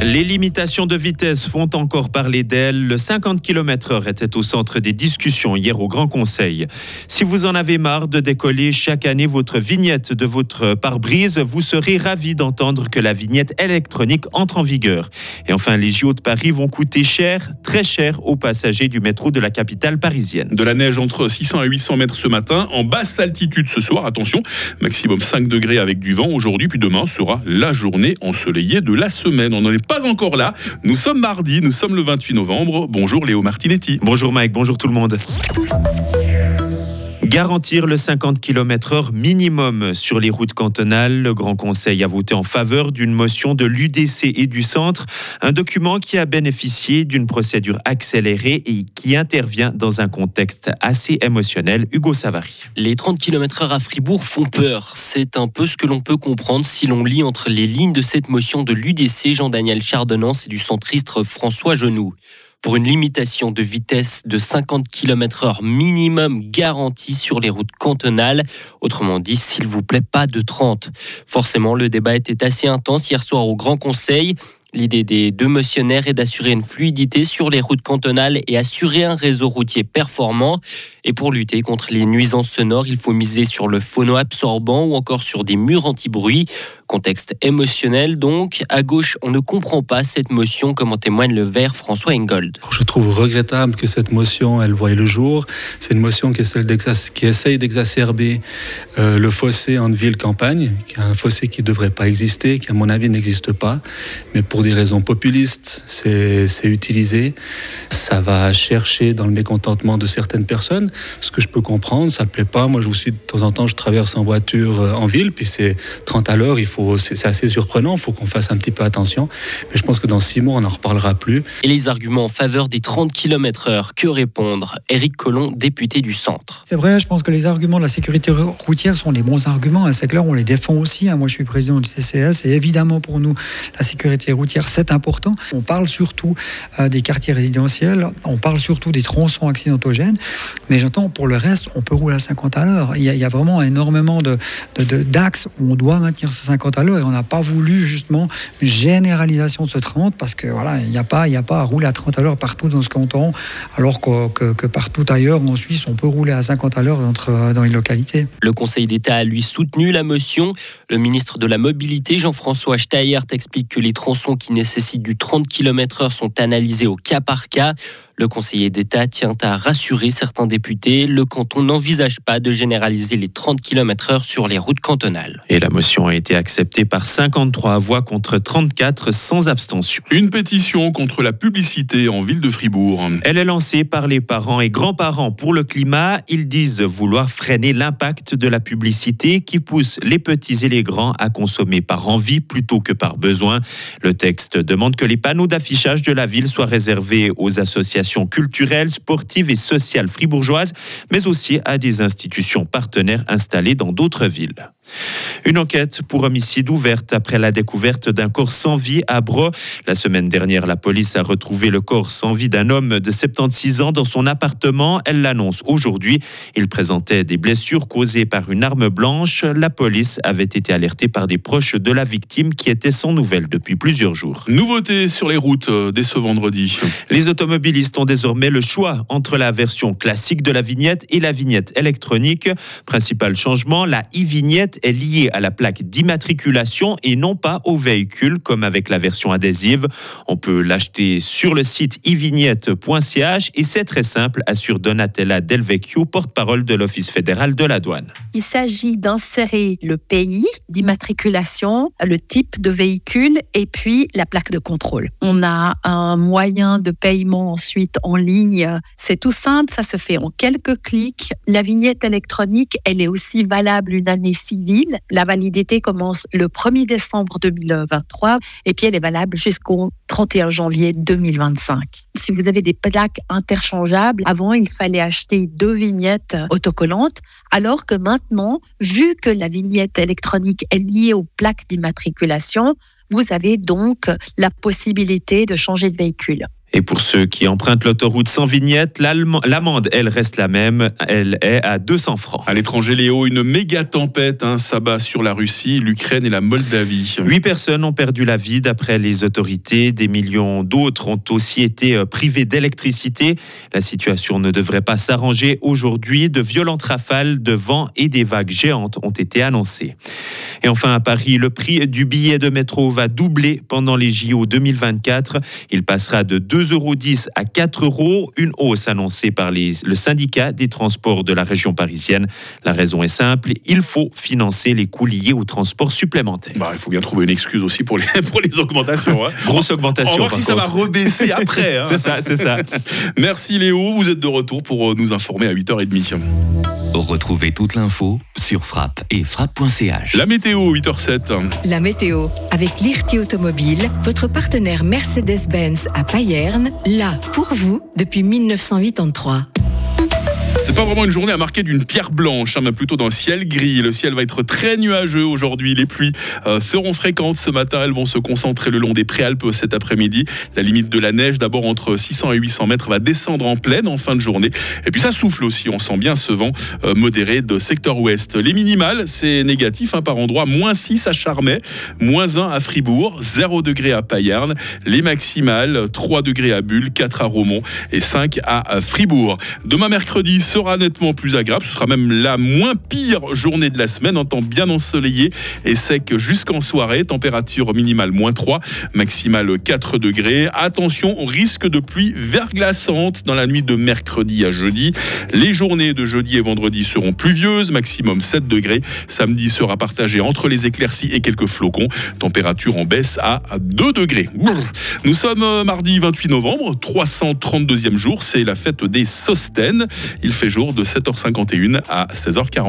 Les limitations de vitesse font encore parler d'elles. Le 50 km/h était au centre des discussions hier au Grand Conseil. Si vous en avez marre de décoller chaque année votre vignette de votre pare-brise, vous serez ravis d'entendre que la vignette électronique entre en vigueur. Et enfin, les JO de Paris vont coûter cher, très cher aux passagers du métro de la capitale parisienne. De la neige entre 600 et 800 mètres ce matin, en basse altitude ce soir, attention, maximum 5 degrés avec du vent aujourd'hui, puis demain sera la journée ensoleillée de la semaine. On n'en est pas encore là. Nous sommes mardi, nous sommes le 28 novembre. Bonjour Léo Martinetti. Bonjour Mike, bonjour tout le monde. Garantir le 50 km/h minimum sur les routes cantonales. Le Grand Conseil a voté en faveur d'une motion de l'UDC et du Centre, un document qui a bénéficié d'une procédure accélérée et qui intervient dans un contexte assez émotionnel. Hugo Savary. Les 30 km/h à Fribourg font peur. C'est un peu ce que l'on peut comprendre si l'on lit entre les lignes de cette motion de l'UDC, Jean-Daniel Chardonnance, et du centriste François Genoux. Pour une limitation de vitesse de 50 km/h minimum garantie sur les routes cantonales. Autrement dit, s'il vous plaît, pas de 30. Forcément, le débat était assez intense hier soir au Grand Conseil. L'idée des deux motionnaires est d'assurer une fluidité sur les routes cantonales et assurer un réseau routier performant. Et pour lutter contre les nuisances sonores, il faut miser sur le phono-absorbant ou encore sur des murs anti-bruit. Contexte émotionnel donc. À gauche, on ne comprend pas cette motion, comme en témoigne le Vert François Engold. Je trouve regrettable que cette motion, elle voie le jour. C'est une motion qui essaye d'exacerber le fossé entre ville-campagne, qui est un fossé qui ne devrait pas exister, qui à mon avis n'existe pas. Mais pour des raisons populistes, c'est utilisé. Ça va chercher dans le mécontentement de certaines personnes. Ce que je peux comprendre, ça ne plaît pas. Moi, aussi, de temps en temps, je traverse en voiture en ville, puis c'est 30 à l'heure. C'est assez surprenant, il faut qu'on fasse un petit peu attention. Mais je pense que dans 6 mois, on n'en reparlera plus. Et les arguments en faveur des 30 km/h, que répondre ? Éric Collomb, député du Centre. C'est vrai, je pense que les arguments de la sécurité routière sont les bons arguments. C'est clair, on les défend aussi. Moi, je suis président du TCS et évidemment, pour nous, la sécurité routière, c'est important. On parle surtout des quartiers résidentiels, on parle surtout des tronçons accidentogènes. Mais j'entends, pour le reste, on peut rouler à 50 à l'heure. Il y a vraiment énormément d'axes où on doit maintenir ce 50 à l'heure et on n'a pas voulu justement une généralisation de ce 30 parce que voilà, il n'y a pas à rouler à 30 à l'heure partout dans ce canton, alors que partout ailleurs en Suisse, on peut rouler à 50 à l'heure dans les localités. Le Conseil d'État a lui soutenu la motion. Le ministre de la Mobilité, Jean-François Steyert, explique que les tronçons qui nécessitent du 30 km/h sont analysés au cas par cas. Le conseiller d'État tient à rassurer certains députés. Le canton n'envisage pas de généraliser les 30 km/h sur les routes cantonales. Et la motion a été acceptée par 53 voix contre 34 sans abstention. Une pétition contre la publicité en ville de Fribourg. Elle est lancée par les parents et grands-parents pour le climat. Ils disent vouloir freiner l'impact de la publicité qui pousse les petits et les grands à consommer par envie plutôt que par besoin. Le texte demande que les panneaux d'affichage de la ville soient réservés aux associations culturelles, sportives et sociales fribourgeoises, mais aussi à des institutions partenaires installées dans d'autres villes. Une enquête pour homicide ouverte après la découverte d'un corps sans vie à Braux. La semaine dernière, la police a retrouvé le corps sans vie d'un homme de 76 ans dans son appartement. Elle l'annonce aujourd'hui. Il présentait des blessures causées par une arme blanche. La police avait été alertée par des proches de la victime qui étaient sans nouvelles depuis plusieurs jours. Nouveauté sur les routes dès ce vendredi. Les automobilistes ont désormais le choix entre la version classique de la vignette et la vignette électronique. Principal changement, la e-vignette est liée à la plaque d'immatriculation et non pas au véhicule comme avec la version adhésive. On peut l'acheter sur le site evignette.ch et c'est très simple, assure Donatella Del Vecchio, porte-parole de l'Office fédéral de la douane. Il s'agit d'insérer le pays d'immatriculation, le type de véhicule et puis la plaque de contrôle. On a un moyen de paiement ensuite en ligne. C'est tout simple, ça se fait en quelques clics. La vignette électronique, elle est aussi valable une année civile. La validité commence le 1er décembre 2023 et puis elle est valable jusqu'au 31 janvier 2025. Si vous avez des plaques interchangeables, avant il fallait acheter 2 vignettes autocollantes, alors que maintenant, vu que la vignette électronique est liée aux plaques d'immatriculation, vous avez donc la possibilité de changer de véhicule. Et pour ceux qui empruntent l'autoroute sans vignette, l'amende, elle reste la même. Elle est à 200 francs. À l'étranger, Léo, une méga tempête s'abat sur la Russie, l'Ukraine et la Moldavie. 8 personnes ont perdu la vie d'après les autorités. Des millions d'autres ont aussi été privés d'électricité. La situation ne devrait pas s'arranger aujourd'hui. De violentes rafales de vent et des vagues géantes ont été annoncées. Et enfin, à Paris, le prix du billet de métro va doubler pendant les JO 2024. Il passera de 2,10 € à 4 €, une hausse annoncée par le syndicat des transports de la région parisienne. La raison est simple, il faut financer les coûts liés aux transports supplémentaires. Il faut bien trouver une excuse aussi pour les augmentations. Grosse augmentation. On va voir si ça va rebaisser après. C'est ça. Merci Léo, vous êtes de retour pour nous informer à 8h30. Retrouvez toute l'info sur Frappe et frappe.ch. La météo, 8h07. La météo, avec Lirti Automobile, votre partenaire Mercedes-Benz à Payerne, là pour vous depuis 1983. C'est pas vraiment une journée à marquer d'une pierre blanche, mais plutôt d'un ciel gris. Le ciel va être très nuageux aujourd'hui. Les pluies seront fréquentes ce matin. Elles vont se concentrer le long des Préalpes cet après-midi. La limite de la neige, d'abord entre 600 et 800 mètres, va descendre en plaine en fin de journée. Et puis ça souffle aussi. On sent bien ce vent modéré de secteur ouest. Les minimales, c'est négatif par endroit. -6 à Charmey, -1 à Fribourg, 0 degré à Payerne. Les maximales, 3 degrés à Bulle, 4 à Romont et 5 à Fribourg. Demain mercredi sera nettement plus agréable. Ce sera même la moins pire journée de la semaine. En temps bien ensoleillé et sec jusqu'en soirée. Température minimale -3, maximale 4 degrés. Attention au risque de pluie verglaçante dans la nuit de mercredi à jeudi. Les journées de jeudi et vendredi seront pluvieuses, maximum 7 degrés. Samedi sera partagé entre les éclaircies et quelques flocons. Température en baisse à 2 degrés. Nous sommes mardi 28 novembre, 332e jour. C'est la fête des Sosthènes. Il fait jour de 7h51 à 16h40.